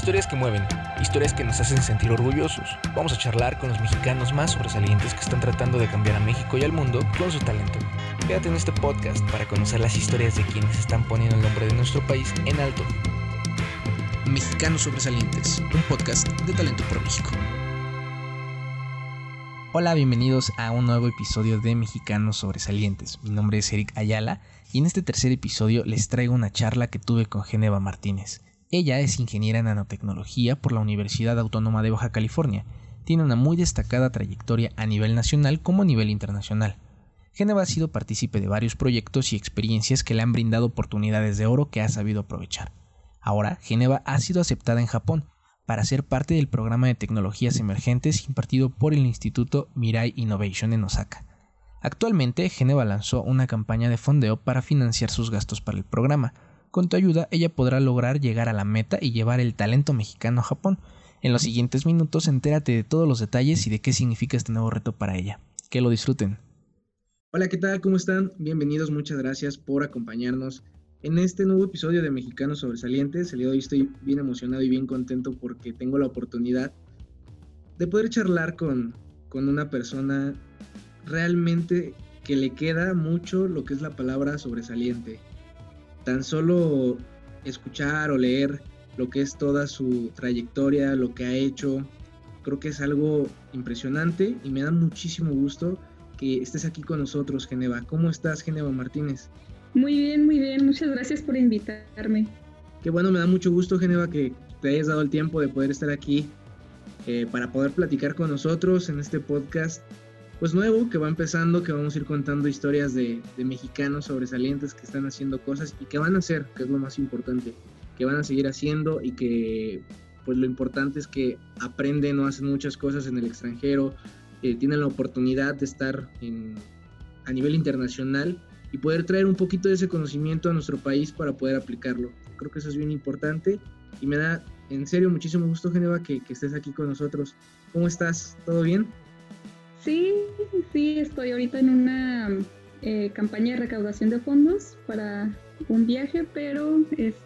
Historias que mueven, historias que nos hacen sentir orgullosos. Vamos a charlar con los mexicanos más sobresalientes que están tratando de cambiar a México y al mundo con su talento. Quédate en este podcast para conocer las historias de quienes están poniendo el nombre de nuestro país en alto. Mexicanos Sobresalientes, un podcast de Talento por México. Hola, bienvenidos a un nuevo episodio de Mexicanos Sobresalientes. Mi nombre es Eric Ayala y en este tercer episodio les traigo una charla que tuve con Geneva Martínez. Ella es ingeniera en nanotecnología por la Universidad Autónoma de Baja California. Tiene una muy destacada trayectoria a nivel nacional como a nivel internacional. Geneva ha sido partícipe de varios proyectos y experiencias que le han brindado oportunidades de oro que ha sabido aprovechar. Ahora, Geneva ha sido aceptada en Japón para ser parte del programa de tecnologías emergentes impartido por el Instituto Mirai Innovation en Osaka. Actualmente, Geneva lanzó una campaña de fondeo para financiar sus gastos para el programa. Con tu ayuda, ella podrá lograr llegar a la meta y llevar el talento mexicano a Japón. En los siguientes minutos, entérate de todos los detalles y de qué significa este nuevo reto para ella. Que lo disfruten. Hola, ¿qué tal? ¿Cómo están? Bienvenidos, muchas gracias por acompañarnos en este nuevo episodio de Mexicanos Sobresalientes. El día de hoy estoy bien emocionado y bien contento porque tengo la oportunidad de poder charlar con una persona realmente que le queda mucho lo que es la palabra sobresaliente. Tan solo escuchar o leer lo que es toda su trayectoria, lo que ha hecho, creo que es algo impresionante y me da muchísimo gusto que estés aquí con nosotros, Geneva. ¿Cómo estás, Geneva Martínez? Muy bien, muchas gracias por invitarme. Qué bueno, me da mucho gusto, Geneva, que te hayas dado el tiempo de poder estar aquí para poder platicar con nosotros en este podcast pues nuevo que va empezando, que vamos a ir contando historias de mexicanos sobresalientes que están haciendo cosas y que van a hacer, que es lo más importante, que van a seguir haciendo y que pues lo importante es que aprenden o hacen muchas cosas en el extranjero, tienen la oportunidad de estar a nivel internacional y poder traer un poquito de ese conocimiento a nuestro país para poder aplicarlo. Creo que eso es bien importante y me da en serio muchísimo gusto, Geneva, que estés aquí con nosotros. ¿Cómo estás? ¿Todo bien? Sí, estoy ahorita en una campaña de recaudación de fondos para un viaje, pero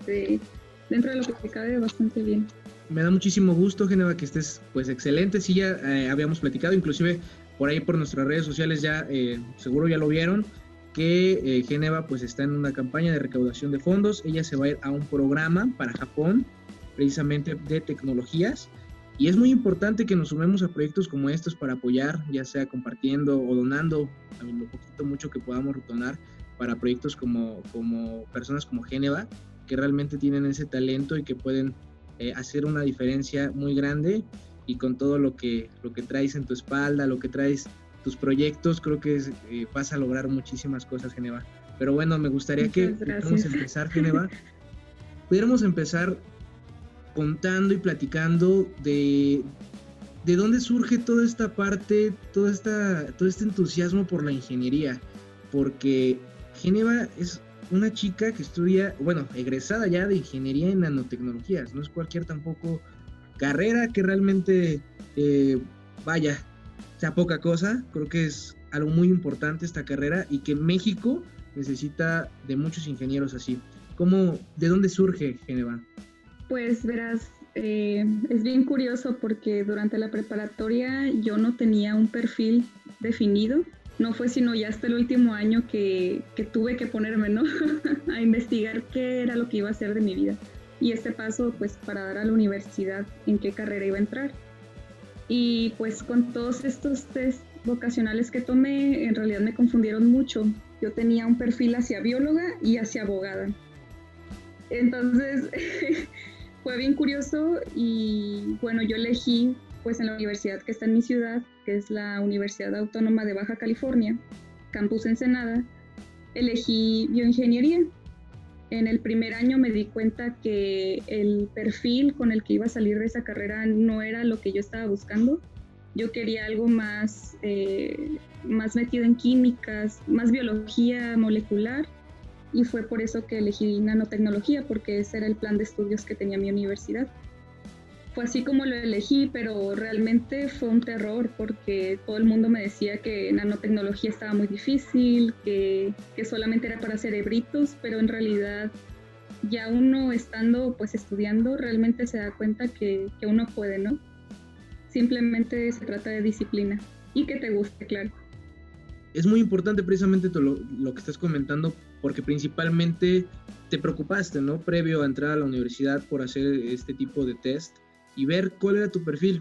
dentro de lo que cabe bastante bien. Me da muchísimo gusto, Geneva, que estés pues excelente. Sí, ya habíamos platicado, inclusive por ahí por nuestras redes sociales ya seguro ya lo vieron, que Geneva pues está en una campaña de recaudación de fondos. Ella se va a ir a un programa para Japón, precisamente de tecnologías, y es muy importante que nos sumemos a proyectos como estos para apoyar, ya sea compartiendo o donando lo poquito mucho que podamos donar para proyectos como personas como Geneva, que realmente tienen ese talento y que pueden hacer una diferencia muy grande, y con todo lo que traes en tu espalda, lo que traes tus proyectos, creo que vas a lograr muchísimas cosas, Geneva. Pero bueno, me gustaría que pudiéramos empezar, Geneva. Pudiéramos empezar contando y platicando de dónde surge toda esta parte, todo este entusiasmo por la ingeniería, porque Geneva es una chica que estudia, egresada ya de ingeniería en nanotecnologías, no es cualquier tampoco carrera que realmente sea poca cosa. Creo que es algo muy importante esta carrera y que México necesita de muchos ingenieros así. ¿De dónde surge, Geneva? Pues verás, es bien curioso porque durante la preparatoria yo no tenía un perfil definido. No fue sino ya hasta el último año que tuve que ponerme, ¿no? a investigar qué era lo que iba a hacer de mi vida. Y este paso, pues, para dar a la universidad en qué carrera iba a entrar. Y pues con todos estos test vocacionales que tomé, en realidad me confundieron mucho. Yo tenía un perfil hacia bióloga y hacia abogada. Entonces, fue bien curioso y bueno, yo elegí pues en la universidad que está en mi ciudad, que es la Universidad Autónoma de Baja California, Campus Ensenada, elegí bioingeniería. En el primer año me di cuenta que el perfil con el que iba a salir de esa carrera no era lo que yo estaba buscando. Yo quería algo más metido en químicas, más biología molecular, y fue por eso que elegí nanotecnología, porque ese era el plan de estudios que tenía mi universidad. Fue así como lo elegí, pero realmente fue un terror porque todo el mundo me decía que nanotecnología estaba muy difícil, que solamente era para cerebritos, pero en realidad ya uno estando pues estudiando realmente se da cuenta que uno puede, ¿no? Simplemente se trata de disciplina y que te guste, claro. Es muy importante precisamente lo que estás comentando, porque principalmente te preocupaste, ¿no? Previo a entrar a la universidad por hacer este tipo de test y ver cuál era tu perfil.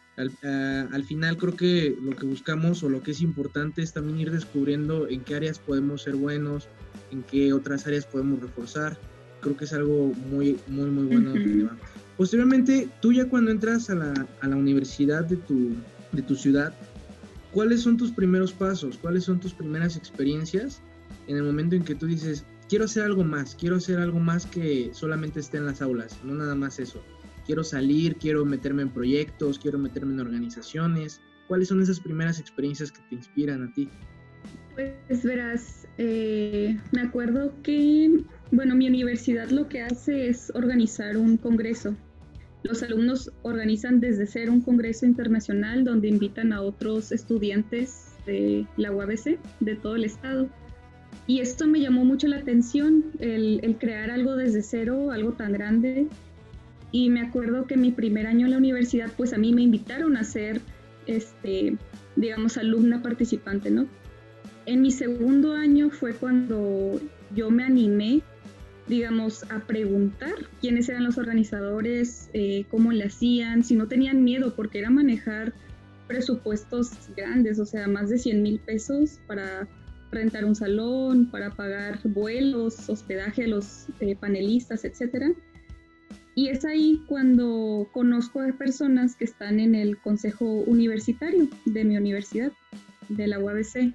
Al final creo que lo que buscamos o lo que es importante es también ir descubriendo en qué áreas podemos ser buenos, en qué otras áreas podemos reforzar. Creo que es algo muy bueno. Uh-huh. Posteriormente, tú ya cuando entras a la universidad de tu ciudad, ¿cuáles son tus primeros pasos? ¿Cuáles son tus primeras experiencias en el momento en que tú dices, quiero hacer algo más que solamente esté en las aulas, no nada más eso? Quiero salir, quiero meterme en proyectos, quiero meterme en organizaciones. ¿Cuáles son esas primeras experiencias que te inspiran a ti? Pues verás, me acuerdo que, bueno, mi universidad lo que hace es organizar un congreso. Los alumnos organizan desde cero un congreso internacional donde invitan a otros estudiantes de la UABC, de todo el estado. Y esto me llamó mucho la atención, el crear algo desde cero, algo tan grande. Y me acuerdo que mi primer año en la universidad, pues a mí me invitaron a ser, digamos, alumna participante, ¿no? En mi segundo año fue cuando yo me animé, digamos, a preguntar quiénes eran los organizadores, cómo le hacían, si no tenían miedo, porque era manejar presupuestos grandes, o sea, más de 100,000 pesos para rentar un salón, para pagar vuelos, hospedaje a los panelistas, etcétera. Y es ahí cuando conozco a personas que están en el consejo universitario de mi universidad, de la UABC.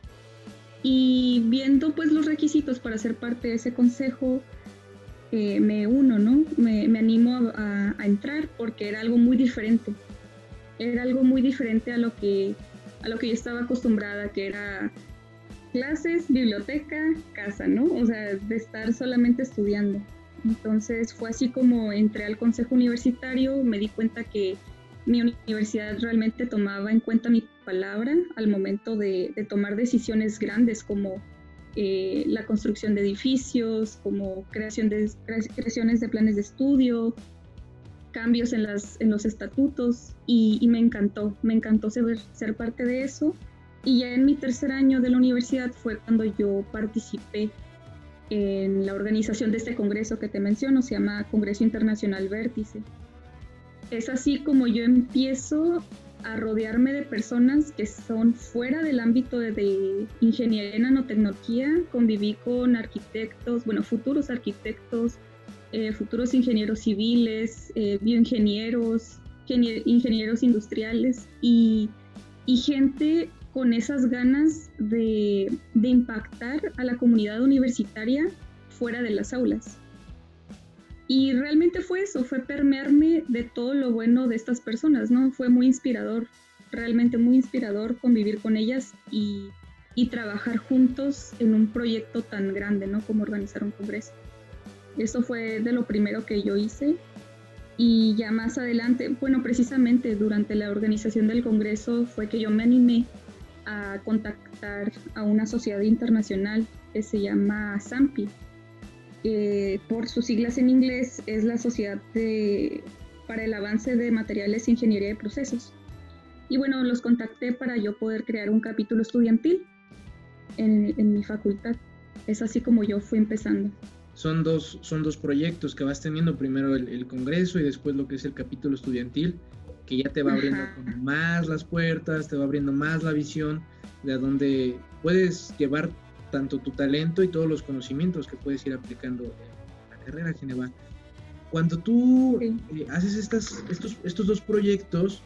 Y viendo pues los requisitos para ser parte de ese consejo, me uno, ¿no? Me animo a entrar porque era algo muy diferente. Era algo muy diferente a lo que yo estaba acostumbrada, que era clases, biblioteca, casa, ¿no? O sea, de estar solamente estudiando. Entonces fue así como entré al consejo universitario, me di cuenta que mi universidad realmente tomaba en cuenta mi palabra al momento de tomar decisiones grandes como la construcción de edificios, como creaciones de planes de estudio, cambios en los estatutos y me encantó ser parte de eso. Y ya en mi tercer año de la universidad fue cuando yo participé en la organización de este congreso que te menciono, se llama Congreso Internacional Vértice. Es así como yo empiezo a rodearme de personas que son fuera del ámbito de ingeniería en nanotecnología. Conviví con arquitectos, bueno, futuros arquitectos, futuros ingenieros civiles, bioingenieros, ingenieros industriales y gente con esas ganas de impactar a la comunidad universitaria fuera de las aulas. Y realmente fue eso, fue permearme de todo lo bueno de estas personas, ¿no? Fue muy inspirador, realmente muy inspirador convivir con ellas y trabajar juntos en un proyecto tan grande, ¿no? Como organizar un congreso. Eso fue de lo primero que yo hice. Y ya más adelante, bueno, precisamente durante la organización del congreso fue que yo me animé a contactar a una sociedad internacional que se llama SAMPI. Por sus siglas en inglés es la Sociedad para el Avance de Materiales e Ingeniería de Procesos. Y bueno, los contacté para yo poder crear un capítulo estudiantil en mi facultad. Es así como yo fui empezando. Son dos proyectos que vas teniendo, primero el congreso y después lo que es el capítulo estudiantil, que ya te va abriendo más las puertas, te va abriendo más la visión de a dónde puedes llevar tanto tu talento y todos los conocimientos que puedes ir aplicando en la carrera, Geneva. Cuando tú haces estos dos proyectos,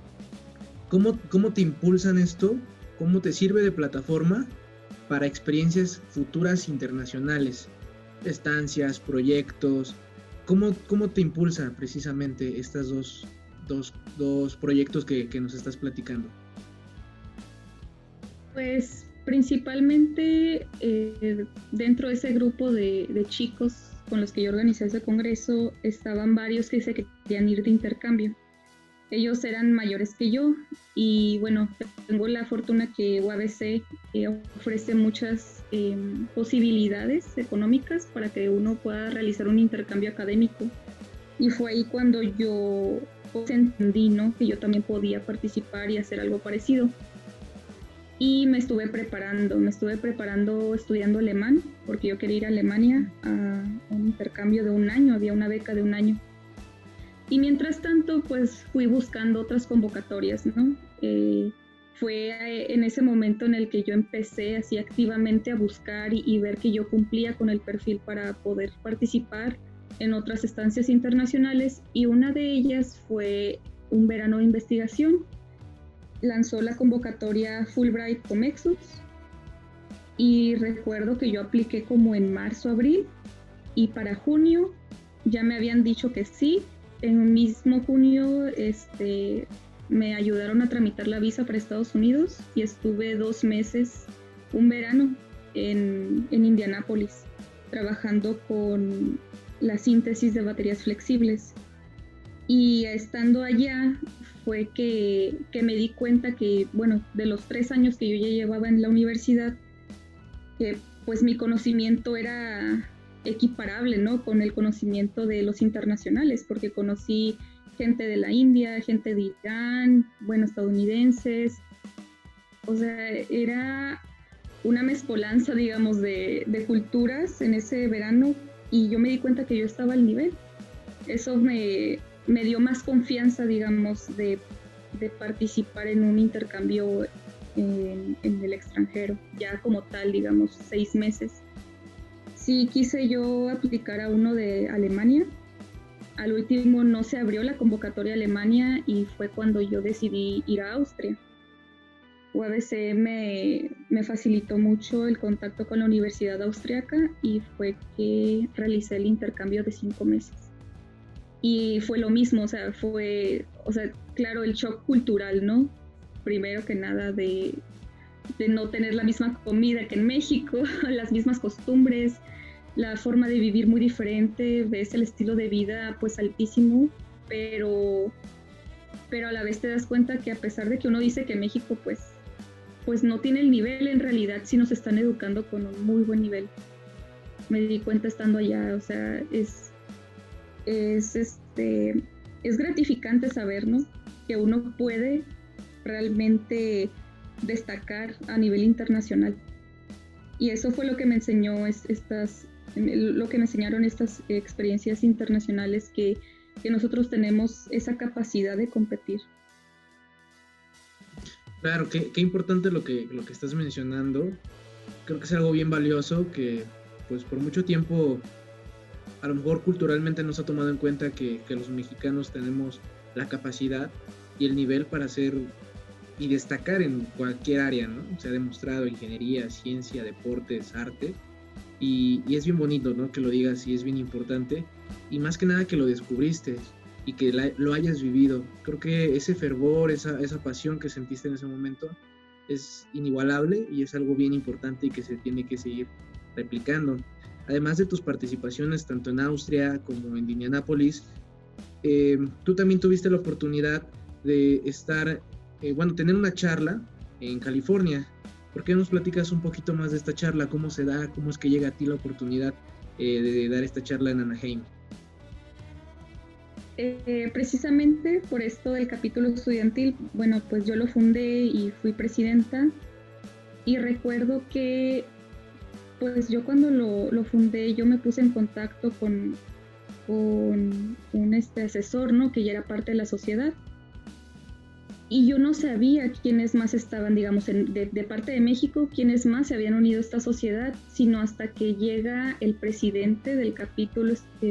¿cómo te impulsan esto? ¿Cómo te sirve de plataforma para experiencias futuras internacionales? Estancias, proyectos. ¿Cómo te impulsa precisamente estas dos proyectos que nos estás platicando? Pues principalmente dentro de ese grupo de chicos con los que yo organizé ese congreso estaban varios que se querían ir de intercambio. Ellos eran mayores que yo y bueno, tengo la fortuna que UABC ofrece muchas posibilidades económicas para que uno pueda realizar un intercambio académico. Y fue ahí cuando yo entendí, ¿no?, que yo también podía participar y hacer algo parecido. Y me estuve preparando estudiando alemán, porque yo quería ir a Alemania a un intercambio de 1 año, había una beca de 1 año. Y mientras tanto, pues fui buscando otras convocatorias, ¿no? Fue en ese momento en el que yo empecé así activamente a buscar y ver que yo cumplía con el perfil para poder participar en otras estancias internacionales, y una de ellas fue un verano de investigación. Lanzó la convocatoria Fulbright Comexus y recuerdo que yo apliqué como en marzo, abril, y para junio ya me habían dicho que sí. En el mismo junio me ayudaron a tramitar la visa para Estados Unidos y estuve 2 meses, un verano, en Indianápolis, trabajando con la síntesis de baterías flexibles. Y estando allá fue que me di cuenta que, bueno, de los 3 años que yo ya llevaba en la universidad, que pues mi conocimiento era equiparable, ¿no?, con el conocimiento de los internacionales, porque conocí gente de la India, gente de Irán, bueno, estadounidenses. O sea, era una mezcolanza, digamos, de culturas en ese verano, y yo me di cuenta que yo estaba al nivel. Eso me dio más confianza, digamos, de participar en un intercambio en el extranjero, ya como tal, digamos, 6 meses. Sí quise yo aplicar a uno de Alemania. Al último no se abrió la convocatoria a Alemania y fue cuando yo decidí ir a Austria. UABC me facilitó mucho el contacto con la Universidad Austriaca y fue que realicé el intercambio de 5 meses. Y fue lo mismo, o sea, claro, el shock cultural, ¿no? Primero que nada de no tener la misma comida que en México, las mismas costumbres, la forma de vivir muy diferente, ves el estilo de vida pues altísimo, pero a la vez te das cuenta que a pesar de que uno dice que México pues no tiene el nivel, en realidad sí nos están educando con un muy buen nivel. Me di cuenta estando allá, o sea, es gratificante saber, ¿no?, que uno puede realmente destacar a nivel internacional. Y eso fue lo que me enseñó lo que me enseñaron estas experiencias internacionales, que nosotros tenemos esa capacidad de competir. Claro, qué importante lo que estás mencionando. Creo que es algo bien valioso que pues por mucho tiempo a lo mejor culturalmente no se ha tomado en cuenta que los mexicanos tenemos la capacidad y el nivel para hacer y destacar en cualquier área, ¿no? Se ha demostrado ingeniería, ciencia, deportes, arte, y es bien bonito, ¿no?, que lo digas, y es bien importante, y más que nada que lo descubriste y que lo hayas vivido. Creo que ese fervor, esa pasión que sentiste en ese momento es inigualable y es algo bien importante y que se tiene que seguir replicando. Además de tus participaciones tanto en Austria como en Indianápolis, tú también tuviste la oportunidad de estar, tener una charla en California. ¿Por qué nos platicas un poquito más de esta charla? ¿Cómo se da? ¿Cómo es que llega a ti la oportunidad de dar esta charla en Anaheim? Precisamente por esto del capítulo estudiantil, bueno, pues yo lo fundé y fui presidenta, y recuerdo que pues yo cuando lo fundé, yo me puse en contacto con un asesor, ¿no?, que ya era parte de la sociedad, y yo no sabía quiénes más estaban, digamos, de parte de México, quiénes más se habían unido a esta sociedad, sino hasta que llega el presidente del capítulo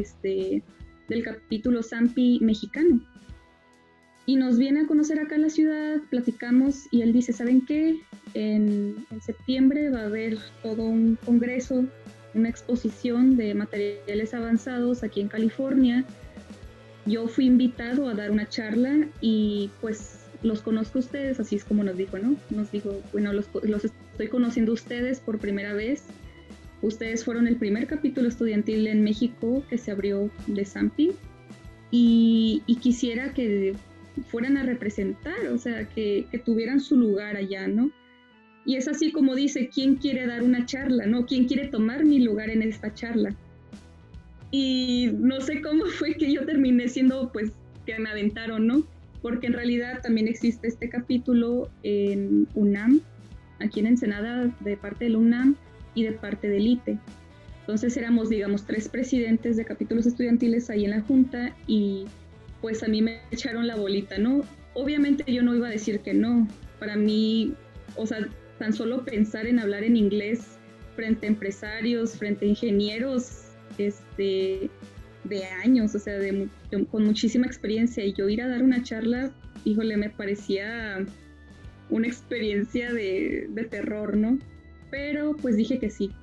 SAMPI mexicano, y nos viene a conocer acá en la ciudad, platicamos, y él dice, ¿saben qué? En septiembre va a haber todo un congreso, una exposición de materiales avanzados aquí en California. Yo fui invitado a dar una charla y pues los conozco a ustedes, así es como nos dijo, ¿no? Nos dijo, bueno, los estoy conociendo a ustedes por primera vez. Ustedes fueron el primer capítulo estudiantil en México que se abrió de SAMPI, y quisiera que fueran a representar, o sea, que tuvieran su lugar allá, ¿no? Y es así como dice, ¿quién quiere dar una charla, no? ¿Quién quiere tomar mi lugar en esta charla? Y no sé cómo fue que yo terminé siendo, pues, que me aventaron, ¿no? Porque en realidad también existe este capítulo en UNAM, aquí en Ensenada, de parte del UNAM y de parte del ITE. Entonces éramos, digamos, 3 presidentes de capítulos estudiantiles ahí en la junta y pues a mí me echaron la bolita, ¿no? Obviamente yo no iba a decir que no. Para mí, o sea, tan solo pensar en hablar en inglés frente a empresarios, frente a ingenieros de años, o sea, con muchísima experiencia, y yo ir a dar una charla, híjole, me parecía una experiencia de terror, ¿no? Pero pues dije que sí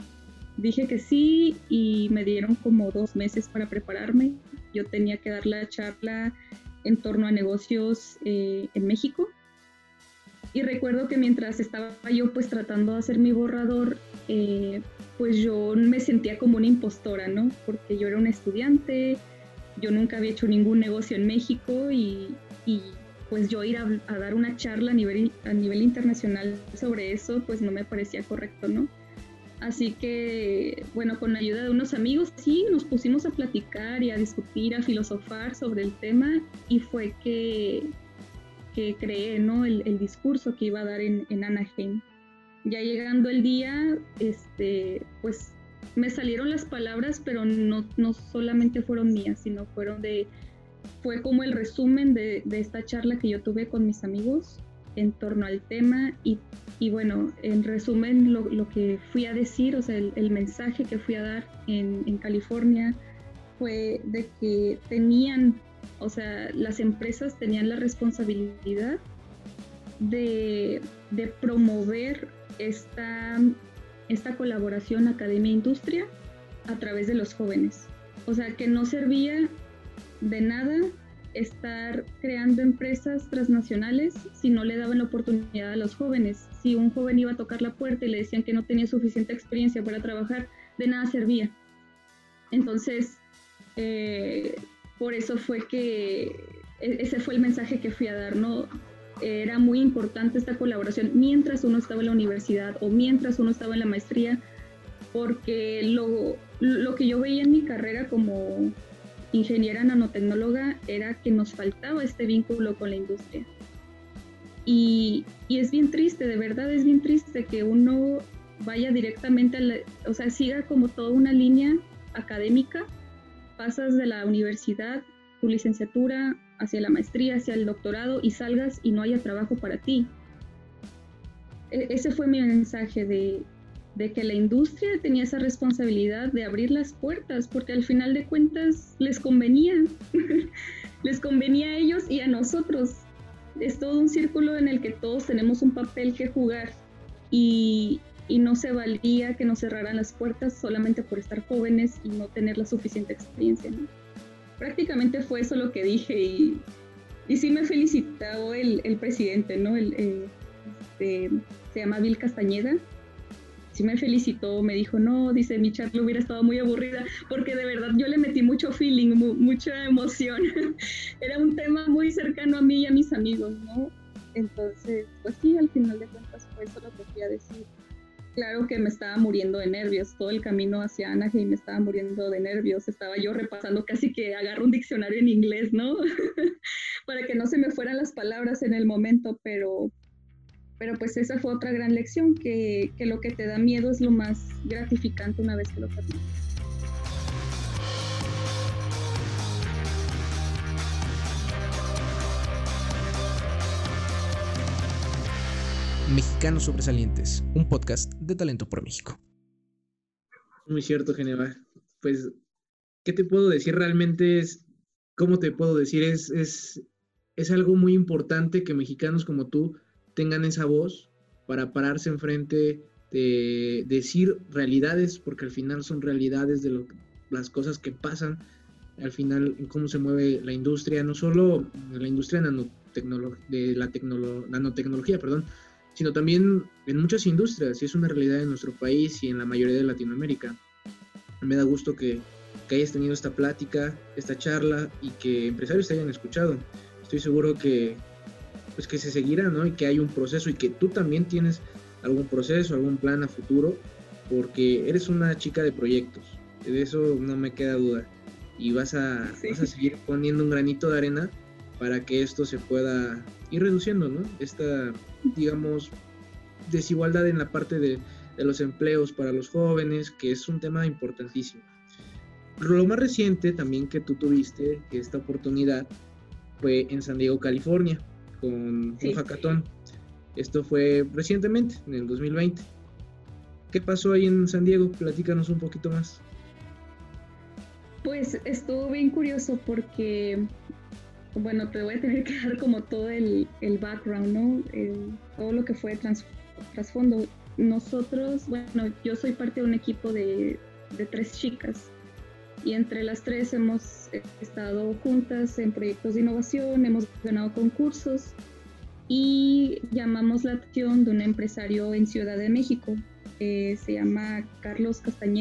y me dieron como 2 meses para prepararme. Yo tenía que dar la charla en torno a negocios en México. Y recuerdo que mientras estaba yo pues tratando de hacer mi borrador, pues yo me sentía como una impostora, ¿no? Porque yo era una estudiante, yo nunca había hecho ningún negocio en México y pues yo ir a dar una charla a nivel internacional sobre eso, pues no me parecía correcto, ¿no? Así que, bueno, con la ayuda de unos amigos, sí, nos pusimos a platicar y a discutir, a filosofar sobre el tema, y fue que creé, ¿no? el discurso que iba a dar en Anaheim. Ya llegando el día, pues me salieron las palabras, pero no solamente fueron mías, sino fue como el resumen de esta charla que yo tuve con mis amigos en torno al tema, y bueno, en resumen lo que fui a decir, o sea, el mensaje que fui a dar en California fue de que las empresas tenían la responsabilidad de promover esta colaboración academia-industria a través de los jóvenes. O sea, que no servía de nada estar creando empresas transnacionales si no le daban la oportunidad a los jóvenes. Si un joven iba a tocar la puerta y le decían que no tenía suficiente experiencia para trabajar, de nada servía. Entonces, por eso fue que ese fue el mensaje que fui a dar, ¿no? Era muy importante esta colaboración mientras uno estaba en la universidad o mientras uno estaba en la maestría, porque lo que yo veía en mi carrera como ingeniera nanotecnóloga era que nos faltaba este vínculo con la industria. Y es bien triste, de verdad es bien triste que uno vaya directamente o sea, siga como toda una línea académica, pasas de la universidad, tu licenciatura, hacia la maestría, hacia el doctorado, y salgas y no haya trabajo para ti. Ese fue mi mensaje de que la industria tenía esa responsabilidad de abrir las puertas, porque al final de cuentas les convenía, les convenía a ellos y a nosotros. Es todo un círculo en el que todos tenemos un papel que jugar, y no se valía que nos cerraran las puertas solamente por estar jóvenes y no tener la suficiente experiencia, ¿no? Prácticamente fue eso lo que dije, y sí me felicitó el presidente, ¿no? Se llama Bill Castañeda. Sí me felicitó, me dijo, no, dice, mi charla hubiera estado muy aburrida, porque de verdad yo le metí mucho feeling, mucha emoción. Era un tema muy cercano a mí y a mis amigos, ¿no? Entonces, pues sí, al final de cuentas fue eso lo que quería decir. Claro que me estaba muriendo de nervios, todo el camino hacia Anaheim me estaba muriendo de nervios, estaba yo repasando, casi que agarro un diccionario en inglés, ¿no? Para que no se me fueran las palabras en el momento, pero pues esa fue otra gran lección, que lo que te da miedo es lo más gratificante una vez que lo terminas. Mexicanos Sobresalientes, un podcast de Talento por México. Muy cierto, Geneva. Pues, ¿qué te puedo decir? Realmente ¿cómo te puedo decir? Es algo muy importante que mexicanos como tú tengan esa voz para pararse enfrente de decir realidades, porque al final son realidades de las cosas que pasan, al final en cómo se mueve la industria, no solo la industria nanotecnología, sino también en muchas industrias, y es una realidad en nuestro país y en la mayoría de Latinoamérica. Me da gusto que hayas tenido esta plática, esta charla, y que empresarios te hayan escuchado. estoy seguro que pues que se seguirá, ¿no? Y que hay un proceso y que tú también tienes algún proceso, algún plan a futuro, porque eres una chica de proyectos, de eso no me queda duda, y vas a seguir poniendo un granito de arena para que esto se pueda ir reduciendo, ¿no? Esta, digamos, desigualdad en la parte de los empleos para los jóvenes, que es un tema importantísimo. Lo más reciente también que tú tuviste esta oportunidad fue en San Diego, California, con un hackathon. Esto fue recientemente, en el 2020. ¿Qué pasó ahí en San Diego? Platícanos un poquito más. Pues estuvo bien curioso porque, bueno, te voy a tener que dar como todo el background, ¿no? Todo lo que fue trasfondo. Nosotros, bueno, yo soy parte de un equipo de 3 chicas y entre las 3 hemos estado juntas en proyectos de innovación, hemos ganado concursos y llamamos la atención de un empresario en Ciudad de México. Se llama Carlos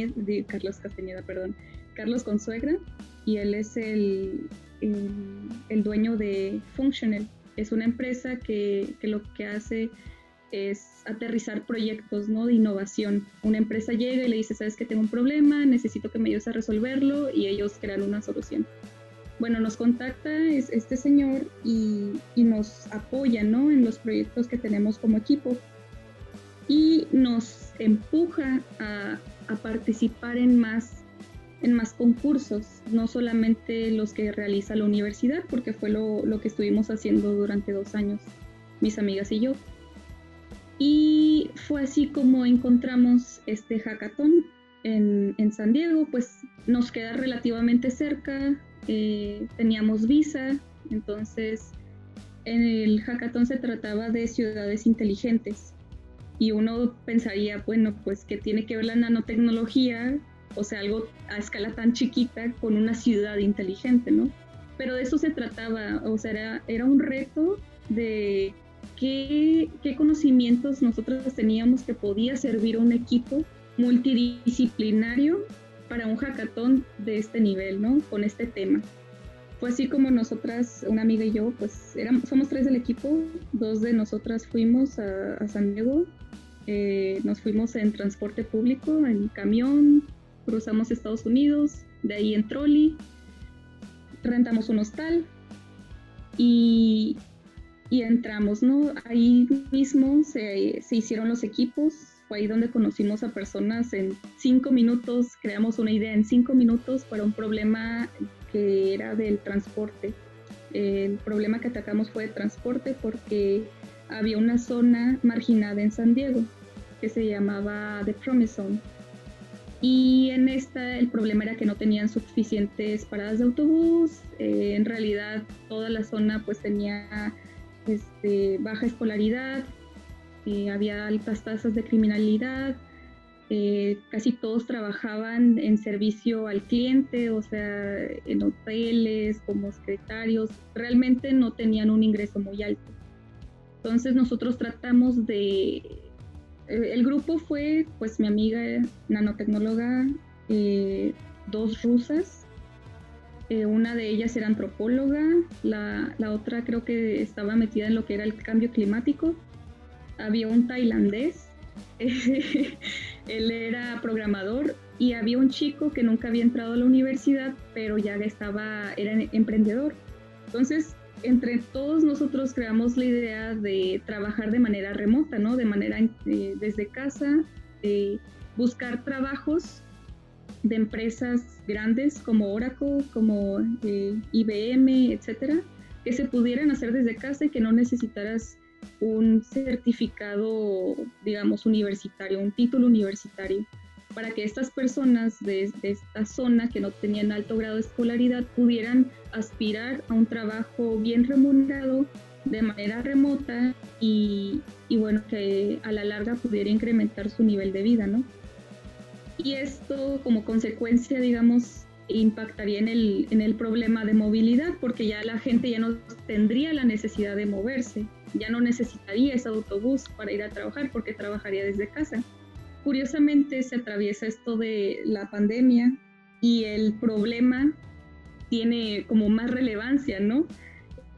Consuegra, y él es el dueño de Functional. Es una empresa que lo que hace es aterrizar proyectos, ¿no?, de innovación. Una empresa llega y le dice, sabes que tengo un problema, necesito que me ayudes a resolverlo, y ellos crean una solución. Bueno, nos contacta este señor y nos apoya, ¿no?, en los proyectos que tenemos como equipo, y nos empuja a participar en más concursos, no solamente los que realiza la universidad, porque fue lo que estuvimos haciendo durante 2 años, mis amigas y yo. Y fue así como encontramos este hackathon en San Diego. Pues nos queda relativamente cerca, teníamos visa, entonces en el hackathon se trataba de ciudades inteligentes. Y uno pensaría, bueno, pues ¿qué tiene que ver la nanotecnología? O sea, algo a escala tan chiquita con una ciudad inteligente, ¿no? Pero de eso se trataba, o sea, era un reto de qué conocimientos nosotros teníamos que podía servir a un equipo multidisciplinario para un hackathon de este nivel, ¿no? Con este tema. Fue así como nosotras, una amiga y yo, pues somos 3 del equipo, 2 de nosotras fuimos a San Diego, nos fuimos en transporte público, en camión, cruzamos Estados Unidos, de ahí en trolley, rentamos un hostal y entramos, ¿no? Ahí mismo se hicieron los equipos, fue ahí donde conocimos a personas en 5 minutos, creamos una idea en 5 minutos para un problema que era del transporte. El problema que atacamos fue de transporte porque había una zona marginada en San Diego que se llamaba The Promise Zone. Y en esta el problema era que no tenían suficientes paradas de autobús. En realidad toda la zona pues tenía baja escolaridad, había altas tasas de criminalidad, casi todos trabajaban en servicio al cliente, o sea, en hoteles, como secretarios, realmente no tenían un ingreso muy alto. Entonces nosotros tratamos el grupo fue pues mi amiga nanotecnóloga, 2 rusas, una de ellas era antropóloga, la otra creo que estaba metida en lo que era el cambio climático, había un tailandés, él era programador, y había un chico que nunca había entrado a la universidad, pero ya era emprendedor. Entonces, entre todos nosotros creamos la idea de trabajar de manera remota, ¿no? De manera desde casa, buscar trabajos de empresas grandes como Oracle, como IBM, etcétera, que se pudieran hacer desde casa y que no necesitaras un certificado, digamos, universitario, un título universitario, para que estas personas de esta zona que no tenían alto grado de escolaridad pudieran aspirar a un trabajo bien remunerado de manera remota y bueno, que a la larga pudiera incrementar su nivel de vida, ¿no? Y esto como consecuencia, digamos, impactaría en el problema de movilidad, porque ya la gente ya no tendría la necesidad de moverse, ya no necesitaría ese autobús para ir a trabajar porque trabajaría desde casa. Curiosamente se atraviesa esto de la pandemia y el problema tiene como más relevancia, ¿no?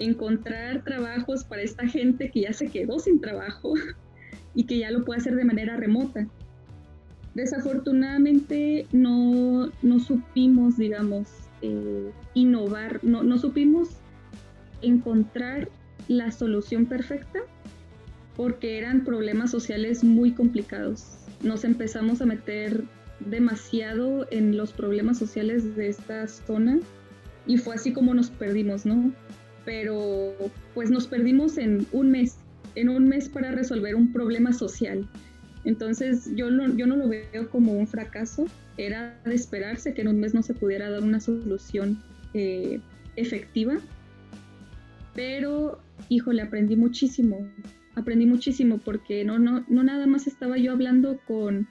encontrar trabajos para esta gente que ya se quedó sin trabajo y que ya lo puede hacer de manera remota. Desafortunadamente no supimos, digamos, innovar, no supimos encontrar la solución perfecta porque eran problemas sociales muy complicados. Nos empezamos a meter demasiado en los problemas sociales de esta zona y fue así como nos perdimos, ¿no? Pero pues nos perdimos en un mes para resolver un problema social. Entonces yo no lo veo como un fracaso, era de esperarse que en un mes no se pudiera dar una solución efectiva, pero híjole, aprendí muchísimo porque no nada más estaba yo hablando con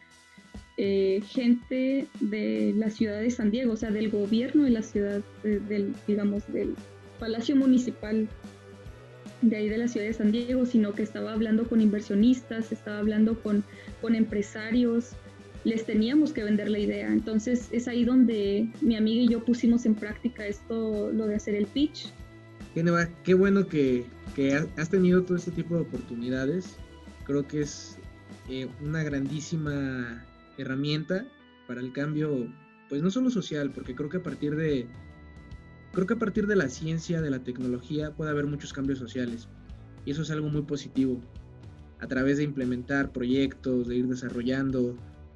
gente de la ciudad de San Diego, o sea, del gobierno de la ciudad, del Palacio Municipal de ahí de la ciudad de San Diego, sino que estaba hablando con inversionistas, estaba hablando con empresarios, les teníamos que vender la idea. Entonces es ahí donde mi amiga y yo pusimos en práctica lo de hacer el pitch. Geneva, qué bueno que has tenido todo este tipo de oportunidades. Creo que es una grandísima herramienta para el cambio, pues no solo social, porque creo que a partir de la ciencia, de la tecnología, puede haber muchos cambios sociales. Y eso es algo muy positivo. A través de implementar proyectos, de ir desarrollando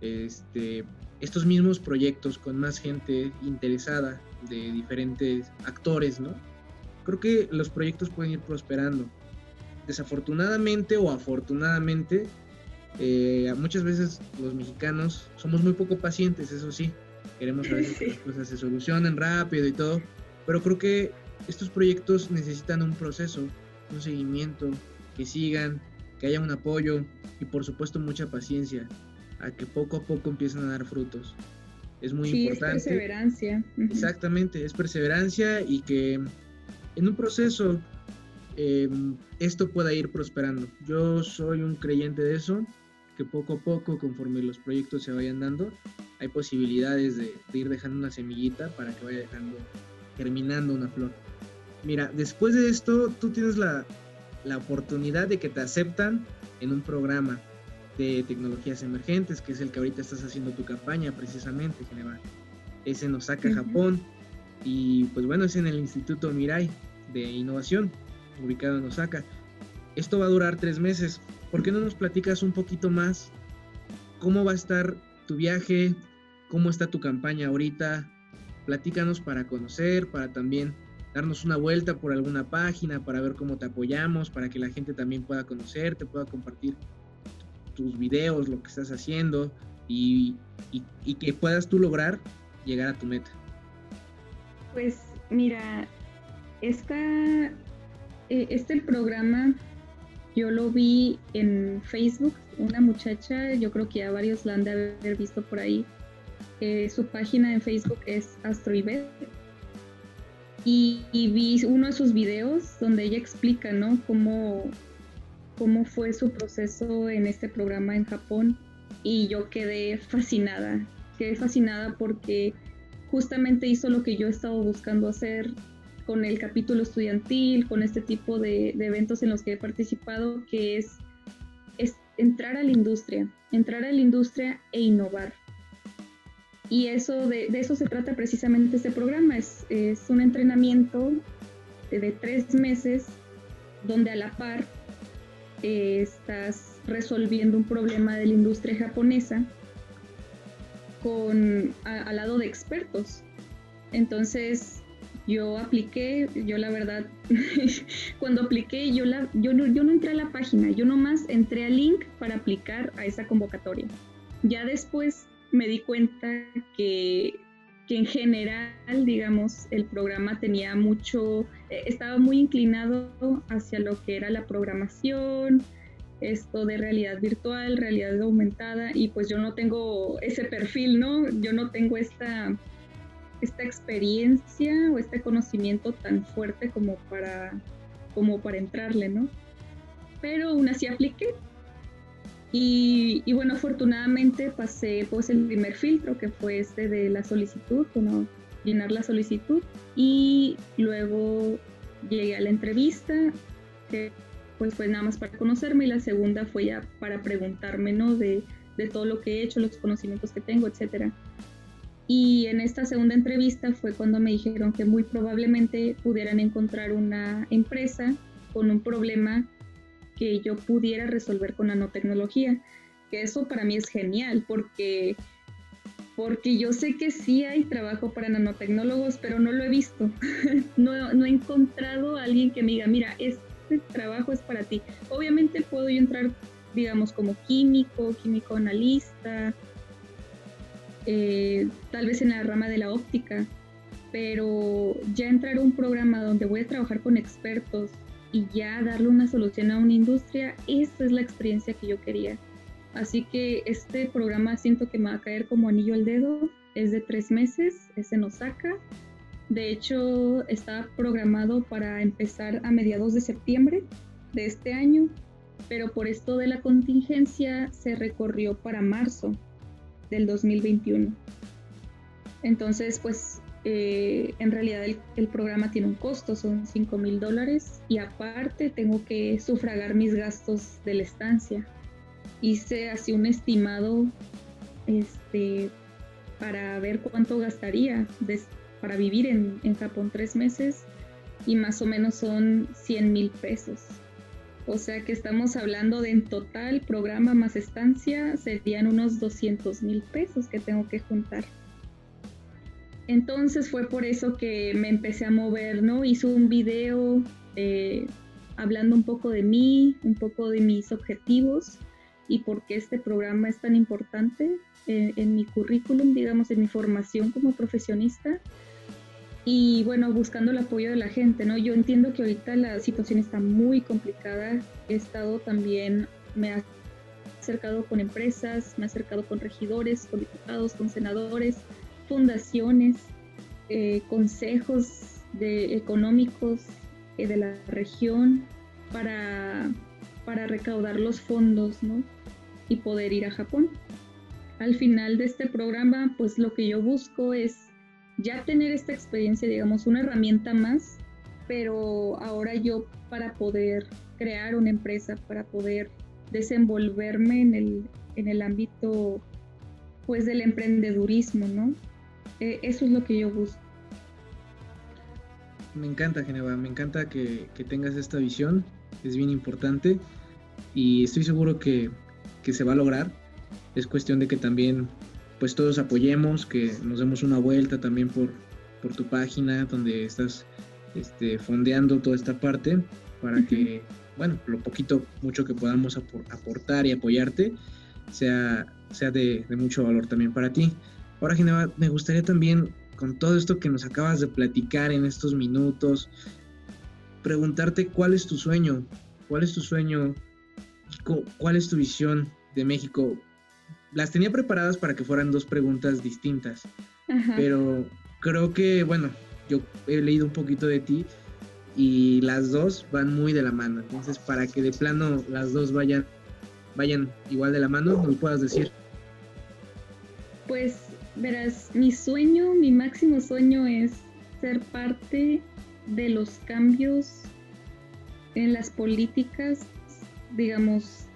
estos mismos proyectos con más gente interesada, de diferentes actores, ¿no? Creo que los proyectos pueden ir prosperando. Desafortunadamente o afortunadamente, muchas veces los mexicanos somos muy poco pacientes, eso sí. Queremos a veces que las cosas se solucionen rápido y todo. Pero creo que estos proyectos necesitan un proceso, un seguimiento, que sigan, que haya un apoyo y por supuesto mucha paciencia, a que poco a poco empiecen a dar frutos. Es muy importante. Es perseverancia. Exactamente, es perseverancia y que en un proceso esto pueda ir prosperando. Yo soy un creyente de eso, que poco a poco, conforme los proyectos se vayan dando, hay posibilidades de ir dejando una semillita para que vaya germinando una flor. Mira, después de esto, tú tienes la oportunidad de que te aceptan en un programa de tecnologías emergentes, que es el que ahorita estás haciendo tu campaña precisamente, Geneva. Es en Osaka, Japón, y pues bueno, es en el Instituto Mirai de Innovación, ubicado en Osaka. Esto va a durar 3 meses. ¿Por qué no nos platicas un poquito más cómo va a estar tu viaje, cómo está tu campaña ahorita? Platícanos para conocer, para también darnos una vuelta por alguna página, para ver cómo te apoyamos, para que la gente también pueda conocerte, pueda compartir tus videos, lo que estás haciendo y que puedas tú lograr llegar a tu meta. Pues mira, este programa yo lo vi en Facebook, una muchacha, yo creo que ya varios la han de haber visto por ahí. Su página en Facebook es AstroIvet y vi uno de sus videos donde ella explica, ¿no? cómo fue su proceso en este programa en Japón, y yo quedé fascinada porque justamente hizo lo que yo he estado buscando hacer con el capítulo estudiantil, con este tipo de eventos en los que he participado, que es entrar a la industria e innovar. Y de eso se trata precisamente este programa. Es un entrenamiento de 3 meses donde a la par estás resolviendo un problema de la industria japonesa al lado de expertos. Entonces yo apliqué, yo la verdad cuando apliqué yo no entré a la página, yo nomás entré al link para aplicar a esa convocatoria. Ya después me di cuenta que en general, digamos, el programa tenía estaba muy inclinado hacia lo que era la programación, esto de realidad virtual, realidad aumentada, y pues yo no tengo ese perfil, ¿no? Yo no tengo esta experiencia o este conocimiento tan fuerte como para entrarle, ¿no? Pero aún así apliqué. Y bueno, afortunadamente pasé pues el primer filtro, que fue de la solicitud, llenar la solicitud, y luego llegué a la entrevista, que pues fue nada más para conocerme, y la segunda fue ya para preguntarme, ¿no? De todo lo que he hecho, los conocimientos que tengo, etcétera. Y en esta segunda entrevista fue cuando me dijeron que muy probablemente pudieran encontrar una empresa con un problema que yo pudiera resolver con nanotecnología, que eso para mí es genial, porque yo sé que sí hay trabajo para nanotecnólogos, pero no lo he visto. no he encontrado a alguien que me diga, mira, este trabajo es para ti. Obviamente puedo yo entrar, digamos, como químico analista, tal vez en la rama de la óptica, pero ya entrar a un programa donde voy a trabajar con expertos y ya darle una solución a una industria, esa es la experiencia que yo quería. Así que este programa siento que me va a caer como anillo al dedo. Es de 3 meses, es en Osaka. De hecho, estaba programado para empezar a mediados de septiembre de este año, pero por esto de la contingencia se recorrió para marzo del 2021. Entonces, pues, en realidad el programa tiene un costo, son $5,000, y aparte tengo que sufragar mis gastos de la estancia. Hice así un estimado para ver cuánto gastaría para vivir en Japón 3 meses, y más o menos son 100,000 pesos. O sea que estamos hablando de en total programa más estancia serían unos 200,000 pesos que tengo que juntar. Entonces fue por eso que me empecé a mover, ¿no? Hice un video hablando un poco de mí, un poco de mis objetivos y por qué este programa es tan importante en mi currículum, digamos, en mi formación como profesionista. Y bueno, buscando el apoyo de la gente, ¿no? Yo entiendo que ahorita la situación está muy complicada. He estado también, me he acercado con empresas, me he acercado con regidores, con diputados, con senadores, fundaciones, consejos económicos de la región para recaudar los fondos, ¿no? Y poder ir a Japón. Al final de este programa, pues lo que yo busco es ya tener esta experiencia, digamos, una herramienta más, pero ahora yo para poder crear una empresa, para poder desenvolverme en el ámbito, pues, del emprendedurismo, ¿no? Eso es lo que yo busco. Me encanta, Geneva, me encanta que tengas esta visión, es bien importante y estoy seguro que se va a lograr. Es cuestión de que también pues todos apoyemos, que nos demos una vuelta también por tu página donde estás fondeando toda esta parte para que, bueno, lo poquito, mucho que podamos aportar y apoyarte sea de mucho valor también para ti. Ahora, Geneva, me gustaría también, con todo esto que nos acabas de platicar en estos minutos, preguntarte cuál es tu sueño, cuál es tu visión de México. Las tenía preparadas para que fueran 2 preguntas distintas, pero creo que, bueno, yo he leído un poquito de ti y las 2 van muy de la mano. Entonces, para que de plano las 2 vayan igual de la mano, ¿me lo puedas decir? Pues, verás, mi máximo sueño es ser parte de los cambios en las políticas, digamos,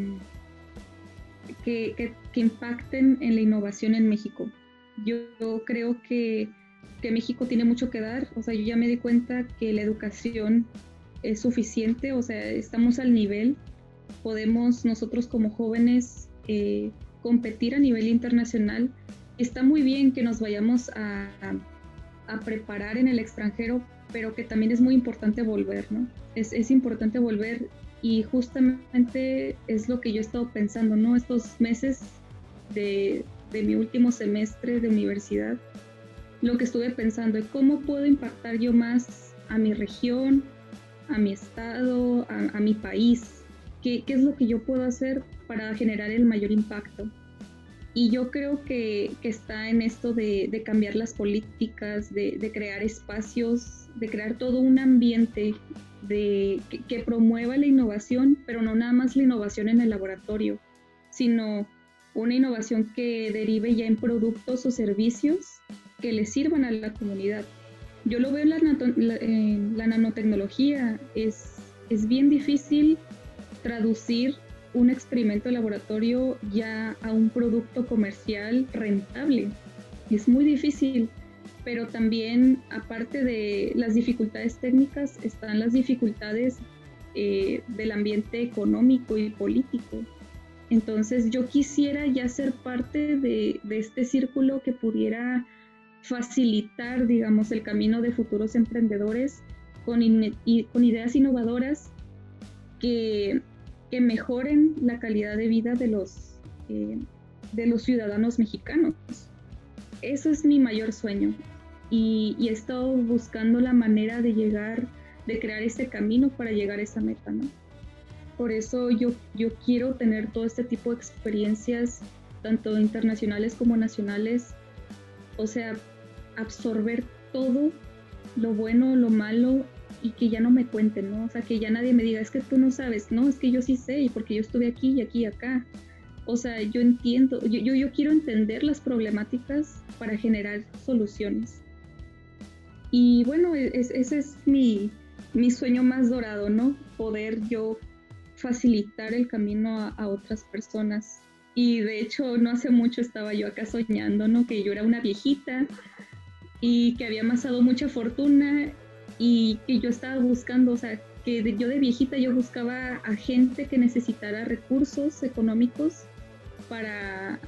que impacten en la innovación en México. Yo creo que México tiene mucho que dar. O sea, yo ya me di cuenta que la educación es suficiente, o sea, estamos al nivel, podemos nosotros como jóvenes competir a nivel internacional. Está muy bien que nos vayamos a preparar en el extranjero, pero que también es muy importante volver, ¿no? Es importante volver. Y justamente es lo que yo he estado pensando, ¿no? Estos meses de mi último semestre de universidad, lo que estuve pensando es cómo puedo impactar yo más a mi región, a mi estado, a mi país. ¿Qué es lo que yo puedo hacer para generar el mayor impacto? Y yo creo que está en esto de cambiar las políticas, de crear espacios, de crear todo un ambiente que promueva la innovación, pero no nada más la innovación en el laboratorio, sino una innovación que derive ya en productos o servicios que le sirvan a la comunidad. yo lo veo en la nanotecnología, es bien difícil traducir un experimento de laboratorio ya a un producto comercial rentable. Es muy difícil, pero también, aparte de las dificultades técnicas, están las dificultades del ambiente económico y político. Entonces yo quisiera ya ser parte de este círculo que pudiera facilitar, digamos, el camino de futuros emprendedores con ideas innovadoras que mejoren la calidad de vida de los ciudadanos mexicanos. Eso es mi mayor sueño y he estado buscando la manera de crear ese camino para llegar a esa meta, ¿no? Por eso yo quiero tener todo este tipo de experiencias, tanto internacionales como nacionales, o sea, absorber todo lo bueno, lo malo, y que ya no me cuenten, ¿no? O sea, que ya nadie me diga, es que tú no sabes, no, es que yo sí sé, porque yo estuve aquí y aquí y acá. O sea, yo entiendo, yo quiero entender las problemáticas para generar soluciones. Y bueno, ese es mi sueño más dorado, ¿no? Poder yo facilitar el camino a otras personas. Y de hecho, no hace mucho estaba yo acá soñando, ¿no? Que yo era una viejita y que había amasado mucha fortuna y que yo estaba buscando, o sea, que yo de viejita yo buscaba a gente que necesitara recursos económicos para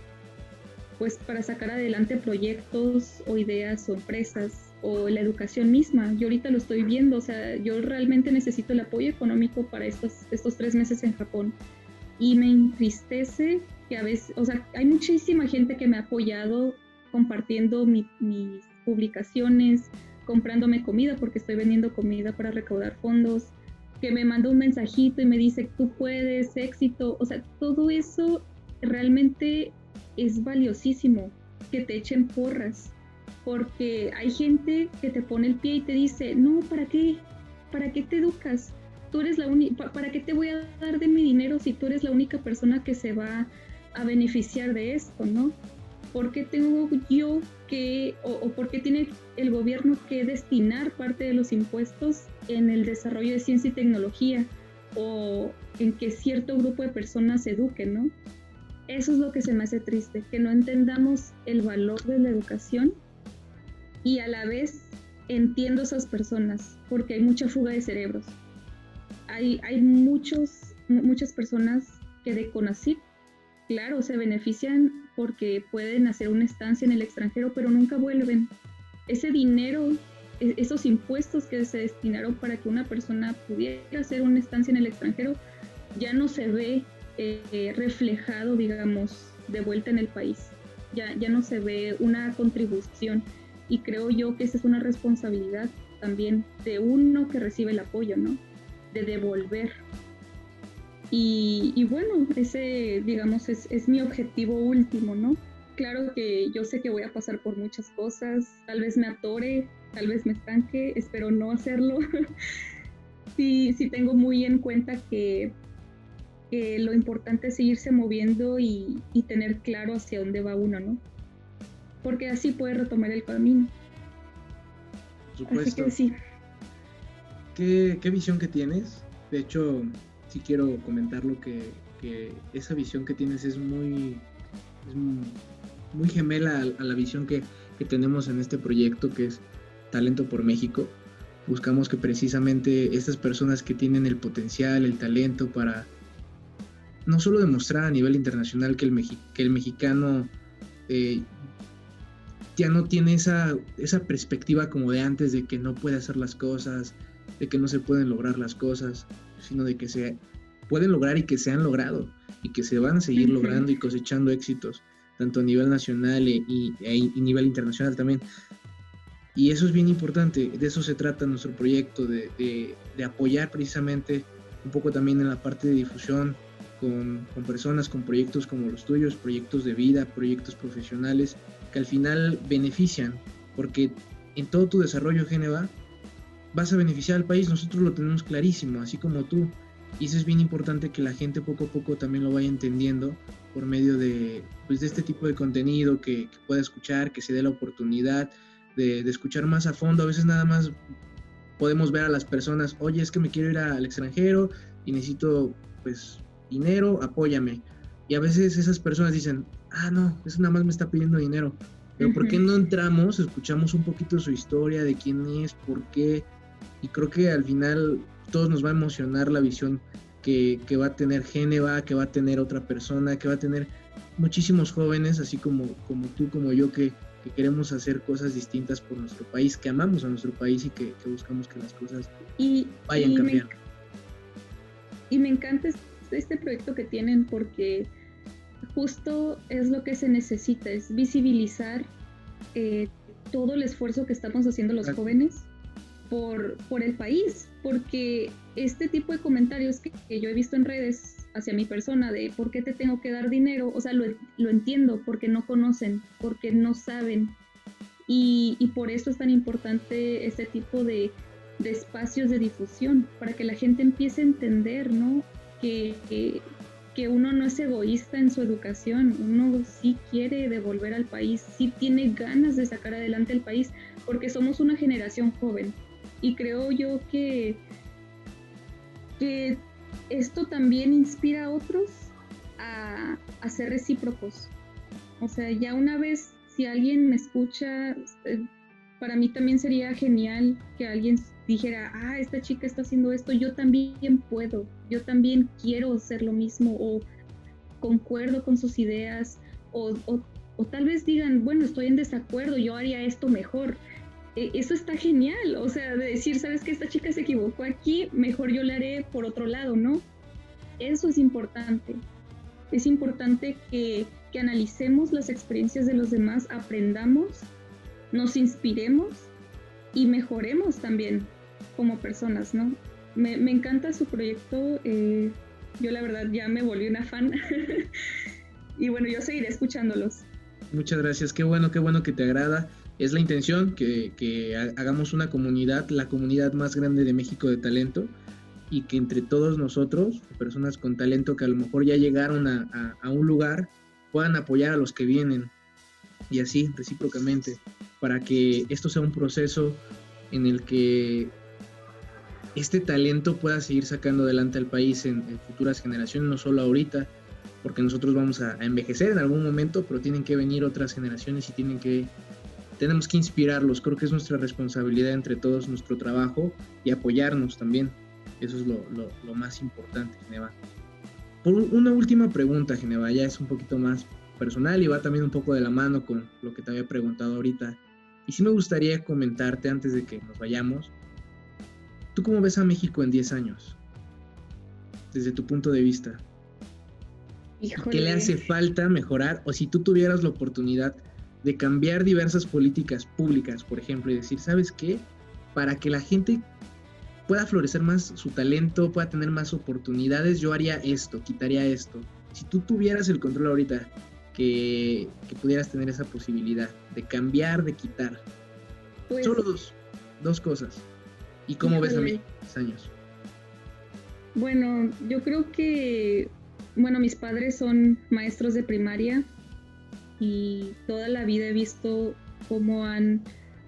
sacar adelante proyectos o ideas o empresas o la educación misma. Yo ahorita lo estoy viendo, o sea, yo realmente necesito el apoyo económico para estos 3 meses en Japón. Y me entristece que a veces, o sea, hay muchísima gente que me ha apoyado compartiendo mis publicaciones, comprándome comida porque estoy vendiendo comida para recaudar fondos, que me manda un mensajito y me dice, tú puedes, éxito. O sea, todo eso realmente es valiosísimo, que te echen porras, porque hay gente que te pone el pie y te dice, no, ¿para qué? ¿Para qué te educas? Tú eres la única, ¿para qué te voy a dar de mi dinero si tú eres la única persona que se va a beneficiar de esto, ¿no? ¿Por qué tengo yo que, o por qué tiene el gobierno que destinar parte de los impuestos en el desarrollo de ciencia y tecnología o en que cierto grupo de personas se eduquen, ¿no? Eso es lo que se me hace triste, que no entendamos el valor de la educación y a la vez entiendo a esas personas, porque hay mucha fuga de cerebros. Hay muchas personas que de CONACYT, claro, se benefician porque pueden hacer una estancia en el extranjero, pero nunca vuelven. Ese dinero, esos impuestos que se destinaron para que una persona pudiera hacer una estancia en el extranjero, ya no se ve reflejado, digamos, de vuelta en el país. Ya no se ve una contribución. Y creo yo que esa es una responsabilidad también de uno que recibe el apoyo, ¿no? De devolver. Y bueno, ese, digamos, es mi objetivo último, ¿no? Claro que yo sé que voy a pasar por muchas cosas, tal vez me atore, tal vez me estanque, espero no hacerlo. Sí tengo muy en cuenta que lo importante es seguirse moviendo y tener claro hacia dónde va uno, ¿no? Porque así puede retomar el camino. Por supuesto. Así que sí. ¿Qué visión que tienes? De hecho, sí quiero comentarlo que esa visión que tienes es muy gemela a la visión que tenemos en este proyecto, que es Talento por México. Buscamos que precisamente estas personas que tienen el potencial, el talento para no solo demostrar a nivel internacional que el mexicano ya no tiene esa perspectiva como de antes, de que no puede hacer las cosas, de que no se pueden lograr las cosas, sino de que se pueden lograr y que se han logrado y que se van a seguir logrando y cosechando éxitos, tanto a nivel nacional y nivel internacional también. Y eso es bien importante, de eso se trata nuestro proyecto, de apoyar precisamente un poco también en la parte de difusión con personas, con proyectos como los tuyos, proyectos de vida, proyectos profesionales, que al final benefician, porque en todo tu desarrollo, Génova, vas a beneficiar al país, nosotros lo tenemos clarísimo, así como tú, y eso es bien importante que la gente poco a poco también lo vaya entendiendo por medio de este tipo de contenido que pueda escuchar, que se dé la oportunidad de escuchar más a fondo. A veces nada más podemos ver a las personas, oye, es que me quiero ir al extranjero y necesito pues dinero, apóyame. Y a veces esas personas dicen, no, eso nada más me está pidiendo dinero. Pero ¿por qué no entramos, escuchamos un poquito su historia, de quién es, por qué? Y creo que al final todos nos va a emocionar la visión que va a tener Geneva, que va a tener otra persona, que va a tener muchísimos jóvenes, así como tú, como yo, que queremos hacer cosas distintas por nuestro país, que amamos a nuestro país y que buscamos que las cosas vayan cambiando. Y me encanta este proyecto que tienen, porque justo es lo que se necesita, es visibilizar todo el esfuerzo que estamos haciendo los jóvenes por el país, porque este tipo de comentarios que yo he visto en redes hacia mi persona de ¿por qué te tengo que dar dinero? O sea, lo entiendo, porque no conocen, porque no saben, y por eso es tan importante este tipo de espacios de difusión, para que la gente empiece a entender, ¿no? Que uno no es egoísta en su educación, uno sí quiere devolver al país, sí tiene ganas de sacar adelante el país, porque somos una generación joven. Y creo yo que esto también inspira a otros a ser recíprocos. O sea, ya una vez, si alguien me escucha, para mí también sería genial que alguien dijera, esta chica está haciendo esto, yo también puedo, yo también quiero hacer lo mismo, o concuerdo con sus ideas, o tal vez digan, bueno, estoy en desacuerdo, yo haría esto mejor. Eso está genial, o sea, de decir, ¿sabes qué? Esta chica se equivocó aquí, mejor yo le haré por otro lado, ¿no? Eso es importante. Es importante que analicemos las experiencias de los demás, aprendamos, nos inspiremos y mejoremos también como personas, ¿no? Me encanta su proyecto, yo la verdad ya me volví una fan y bueno, yo seguiré escuchándolos. Muchas gracias, qué bueno que te agrada. Es la intención que hagamos una comunidad, la comunidad más grande de México de talento, y que entre todos nosotros, personas con talento que a lo mejor ya llegaron a un lugar, puedan apoyar a los que vienen, y así recíprocamente, para que esto sea un proceso en el que este talento pueda seguir sacando adelante al país en futuras generaciones, no solo ahorita, porque nosotros vamos a envejecer en algún momento, pero tienen que venir otras generaciones y tenemos que inspirarlos. Creo que es nuestra responsabilidad entre todos, nuestro trabajo, y apoyarnos también. Eso es lo más importante, Geneva. Por una última pregunta, Geneva, ya es un poquito más personal y va también un poco de la mano con lo que te había preguntado ahorita. Y sí me gustaría comentarte antes de que nos vayamos, ¿tú cómo ves a México en 10 años? Desde tu punto de vista. Híjole. ¿Qué le hace falta mejorar? O si tú tuvieras la oportunidad de cambiar diversas políticas públicas, por ejemplo, y decir, ¿sabes qué? Para que la gente pueda florecer más su talento, pueda tener más oportunidades, yo haría esto, quitaría esto. Si tú tuvieras el control ahorita, que pudieras tener esa posibilidad de cambiar, de quitar, pues, solo dos cosas. ¿Y cómo ves a México en 10 años? Bueno, yo creo que, mis padres son maestros de primaria y toda la vida he visto cómo han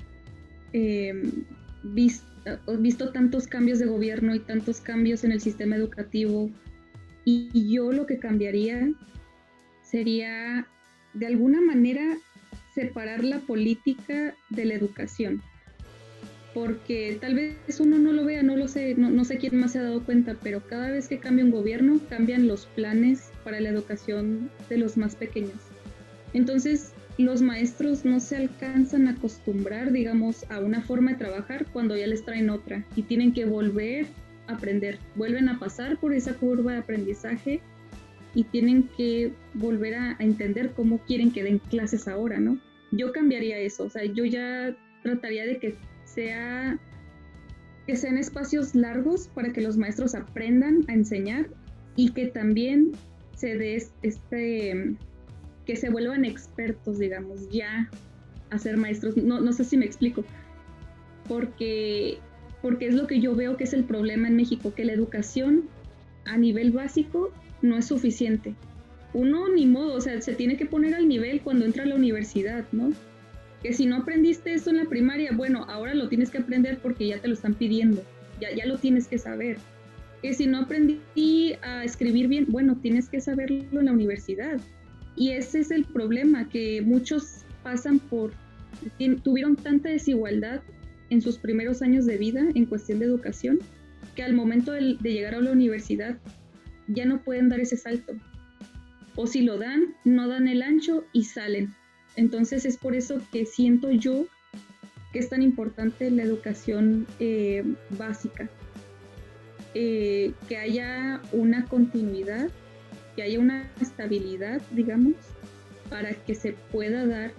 visto tantos cambios de gobierno y tantos cambios en el sistema educativo, y yo lo que cambiaría sería de alguna manera separar la política de la educación, porque tal vez uno no lo vea, no lo sé, no sé quién más se ha dado cuenta, pero cada vez que cambia un gobierno cambian los planes para la educación de los más pequeños. Entonces los maestros no se alcanzan a acostumbrar, digamos, a una forma de trabajar cuando ya les traen otra y tienen que volver a aprender, vuelven a pasar por esa curva de aprendizaje y tienen que volver a entender cómo quieren que den clases ahora, ¿no? Yo cambiaría eso, o sea, yo ya trataría de que sean espacios largos para que los maestros aprendan a enseñar y que también se dé que se vuelvan expertos, digamos, ya a ser maestros. No sé si me explico, porque es lo que yo veo que es el problema en México, que la educación a nivel básico no es suficiente. Uno ni modo, o sea, se tiene que poner al nivel cuando entra a la universidad, ¿no? Que si no aprendiste eso en la primaria, bueno, ahora lo tienes que aprender porque ya te lo están pidiendo, ya lo tienes que saber. Que si no aprendí a escribir bien, bueno, tienes que saberlo en la universidad. Y ese es el problema, que muchos tuvieron tanta desigualdad en sus primeros años de vida en cuestión de educación, que al momento de llegar a la universidad ya no pueden dar ese salto. O si lo dan, no dan el ancho y salen. Entonces es por eso que siento yo que es tan importante la educación básica. Que haya una continuidad, que haya una estabilidad, digamos, para que se pueda dar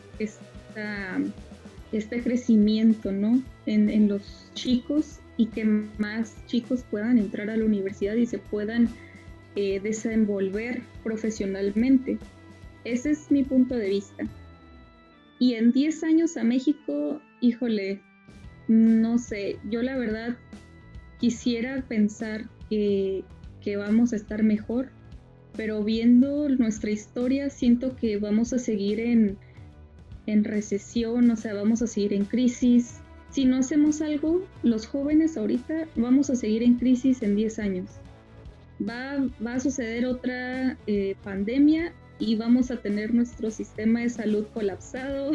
este crecimiento, ¿no? en los chicos, y que más chicos puedan entrar a la universidad y se puedan desenvolver profesionalmente. Ese es mi punto de vista. Y en 10 años a México, híjole, no sé, yo la verdad quisiera pensar que vamos a estar mejor, pero viendo nuestra historia siento que vamos a seguir en recesión, o sea, vamos a seguir en crisis. Si no hacemos algo, los jóvenes ahorita vamos a seguir en crisis en 10 años. Va a suceder otra pandemia y vamos a tener nuestro sistema de salud colapsado.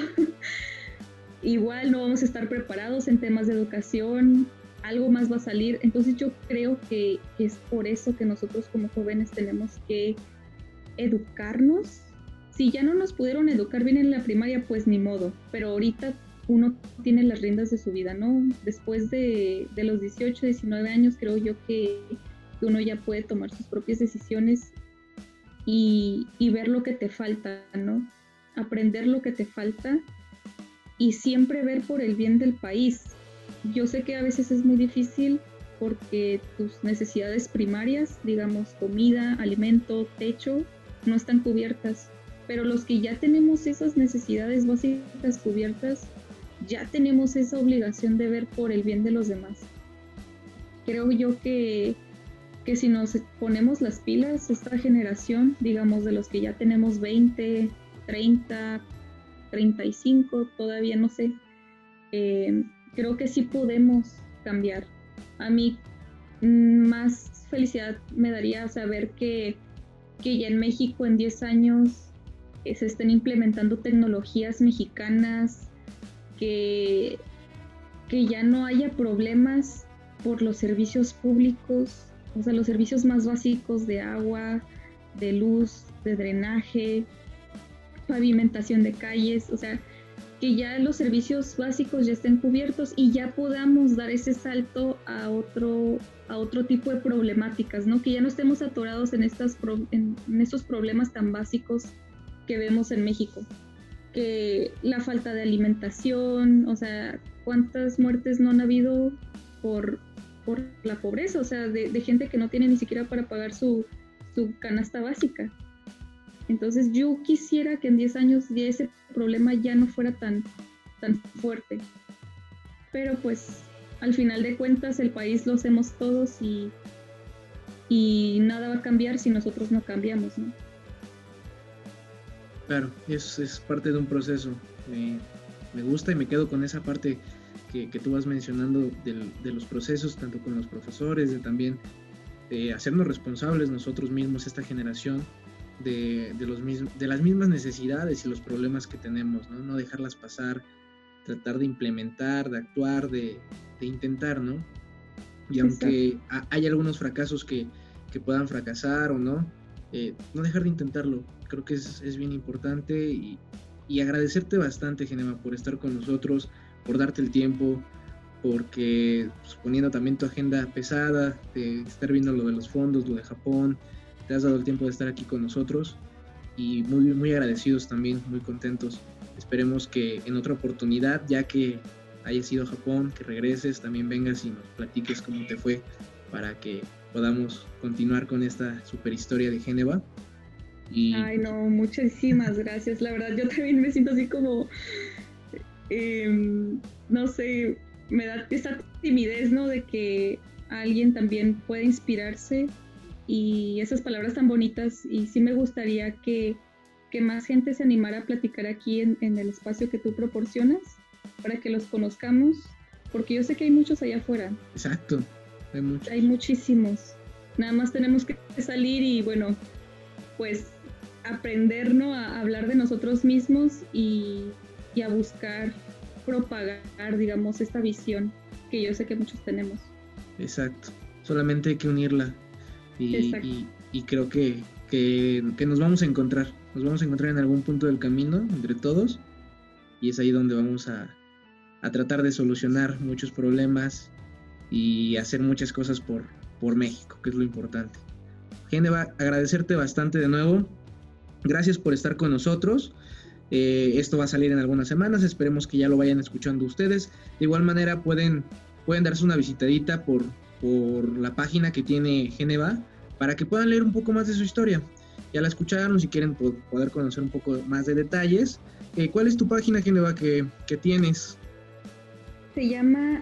Igual no vamos a estar preparados en temas de educación, algo más va a salir. Entonces yo creo que es por eso que nosotros como jóvenes tenemos que educarnos. Si ya no nos pudieron educar bien en la primaria, pues ni modo, pero ahorita uno tiene las riendas de su vida, ¿no? Después de los 18, 19 años, creo yo que uno ya puede tomar sus propias decisiones y ver lo que te falta, ¿no? Aprender lo que te falta y siempre ver por el bien del país. Yo sé que a veces es muy difícil porque tus necesidades primarias, digamos comida, alimento, techo, no están cubiertas, pero los que ya tenemos esas necesidades básicas cubiertas, ya tenemos esa obligación de ver por el bien de los demás. Creo yo que si nos ponemos las pilas, esta generación, digamos, de los que ya tenemos 20, 30, 35, todavía no sé, creo que sí podemos cambiar. A mí más felicidad me daría saber que ya en México en 10 años se estén implementando tecnologías mexicanas, que ya no haya problemas por los servicios públicos, o sea, los servicios más básicos de agua, de luz, de drenaje, pavimentación de calles, o sea, que ya los servicios básicos ya estén cubiertos y ya podamos dar ese salto a otro tipo de problemáticas, ¿no? Que ya no estemos atorados en estos problemas tan básicos que vemos en México. Que la falta de alimentación, o sea, ¿cuántas muertes no han habido por la pobreza? O sea, de gente que no tiene ni siquiera para pagar su canasta básica. Entonces yo quisiera que en 10 años ya ese problema ya no fuera tan fuerte. Pero pues al final de cuentas el país lo hacemos todos y nada va a cambiar si nosotros no cambiamos, ¿no? Claro, es parte de un proceso. Me gusta y me quedo con esa parte que tú vas mencionando de los procesos, tanto con los profesores, de también hacernos responsables nosotros mismos, esta generación, de las mismas necesidades y los problemas que tenemos, ¿no? No dejarlas pasar, tratar de implementar, de actuar, de intentar, ¿no? Y aunque hay algunos fracasos que puedan fracasar o no dejar de intentarlo. Creo que es bien importante y agradecerte bastante, Geneva, por estar con nosotros, por darte el tiempo, porque poniendo también tu agenda pesada, de estar viendo lo de los fondos, lo de Japón, te has dado el tiempo de estar aquí con nosotros y muy, muy agradecidos también, muy contentos. Esperemos que en otra oportunidad, ya que hayas ido a Japón, que regreses, también vengas y nos platiques cómo te fue para que podamos continuar con esta super historia de Geneva. Ay, no, muchísimas gracias. La verdad, yo también me siento así como, no sé, me da esa timidez, ¿no? De que alguien también puede inspirarse y esas palabras tan bonitas. Y sí me gustaría que que más gente se animara a platicar aquí en el espacio que tú proporcionas, para que los conozcamos, porque yo sé que hay muchos allá afuera. Exacto, hay muchos. Hay muchísimos. Nada más tenemos que salir y bueno, pues aprender, ¿no? A hablar de nosotros mismos y a buscar propagar, digamos, esta visión que yo sé que muchos tenemos. Exacto, solamente hay que unirla y creo que nos vamos a encontrar en algún punto del camino entre todos, y es ahí donde vamos a tratar de solucionar muchos problemas y hacer muchas cosas por México, que es lo importante. Geneva, agradecerte bastante de nuevo, gracias por estar con nosotros. Esto va a salir en algunas semanas, esperemos que ya lo vayan escuchando ustedes. De igual manera pueden darse una visitadita por la página que tiene Geneva para que puedan leer un poco más de su historia. Ya la escucharon, si quieren poder conocer un poco más de detalles. ¿Cuál es tu página, Geneva, que tienes? Se llama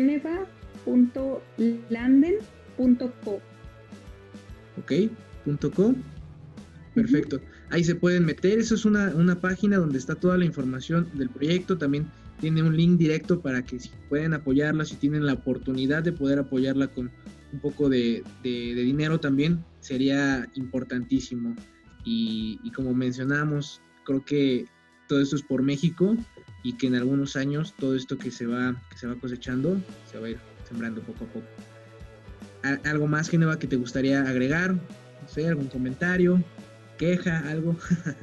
geneva.landen.co. Ok, .co. Perfecto. Ahí se pueden meter, eso es una página donde está toda la información del proyecto. También tiene un link directo para que si pueden apoyarla, si tienen la oportunidad de poder apoyarla con un poco de dinero también, sería importantísimo. Y como mencionamos, creo que todo esto es por México y que en algunos años todo esto que se va cosechando se va a ir sembrando poco a poco. ¿Algo más, Geneva, que te gustaría agregar? No sé, algún comentario, queja, algo.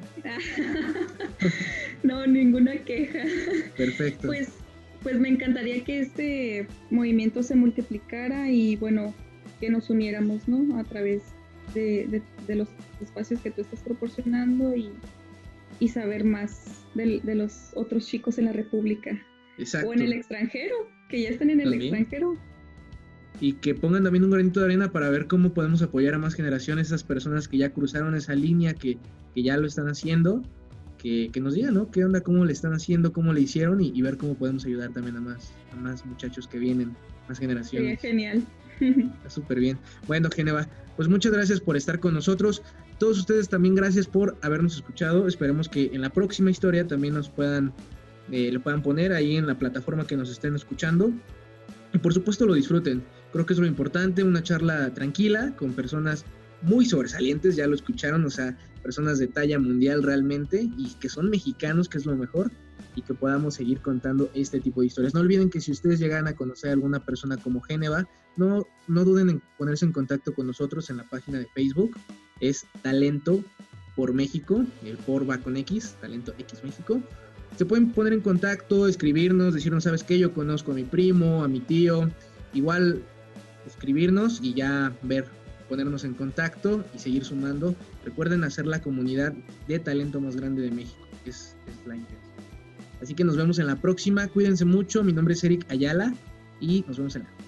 No, ninguna queja. Perfecto. Pues me encantaría que este movimiento se multiplicara y bueno, que nos uniéramos, ¿no? A través de los espacios que tú estás proporcionando y saber más de los otros chicos en la República. Exacto. O en el extranjero, que ya están en el extranjero. Y que pongan también un granito de arena para ver cómo podemos apoyar a más generaciones, esas personas que ya cruzaron esa línea, que ya lo están haciendo, que nos digan, ¿no? ¿Qué onda? ¿Cómo le están haciendo? ¿Cómo le hicieron? Y ver cómo podemos ayudar también a más muchachos que vienen, más generaciones. Sí, genial. Está súper bien. Bueno, Geneva, pues muchas gracias por estar con nosotros. Todos ustedes también gracias por habernos escuchado. Esperemos que en la próxima historia también lo puedan poner ahí en la plataforma que nos estén escuchando. Y por supuesto lo disfruten. Creo que es lo importante, una charla tranquila con personas muy sobresalientes, ya lo escucharon, o sea, personas de talla mundial realmente y que son mexicanos, que es lo mejor, y que podamos seguir contando este tipo de historias. No olviden que si ustedes llegan a conocer a alguna persona como Geneva, no duden en ponerse en contacto con nosotros en la página de Facebook, es Talento por México, el por va con X, Talento X México. Se pueden poner en contacto, escribirnos, decirnos, ¿sabes qué? Yo conozco a mi primo, a mi tío, igual escribirnos y ya ponernos en contacto y seguir sumando. Recuerden hacer la comunidad de talento más grande de México, es la intención. Así que nos vemos en la próxima, cuídense mucho, mi nombre es Eric Ayala y nos vemos en la próxima.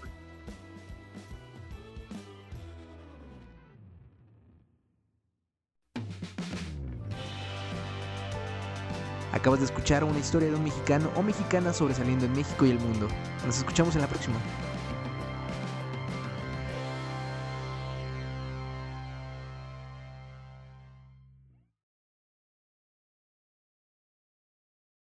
Acabas de escuchar una historia de un mexicano o mexicana sobresaliendo en México y el mundo. Nos escuchamos en la próxima.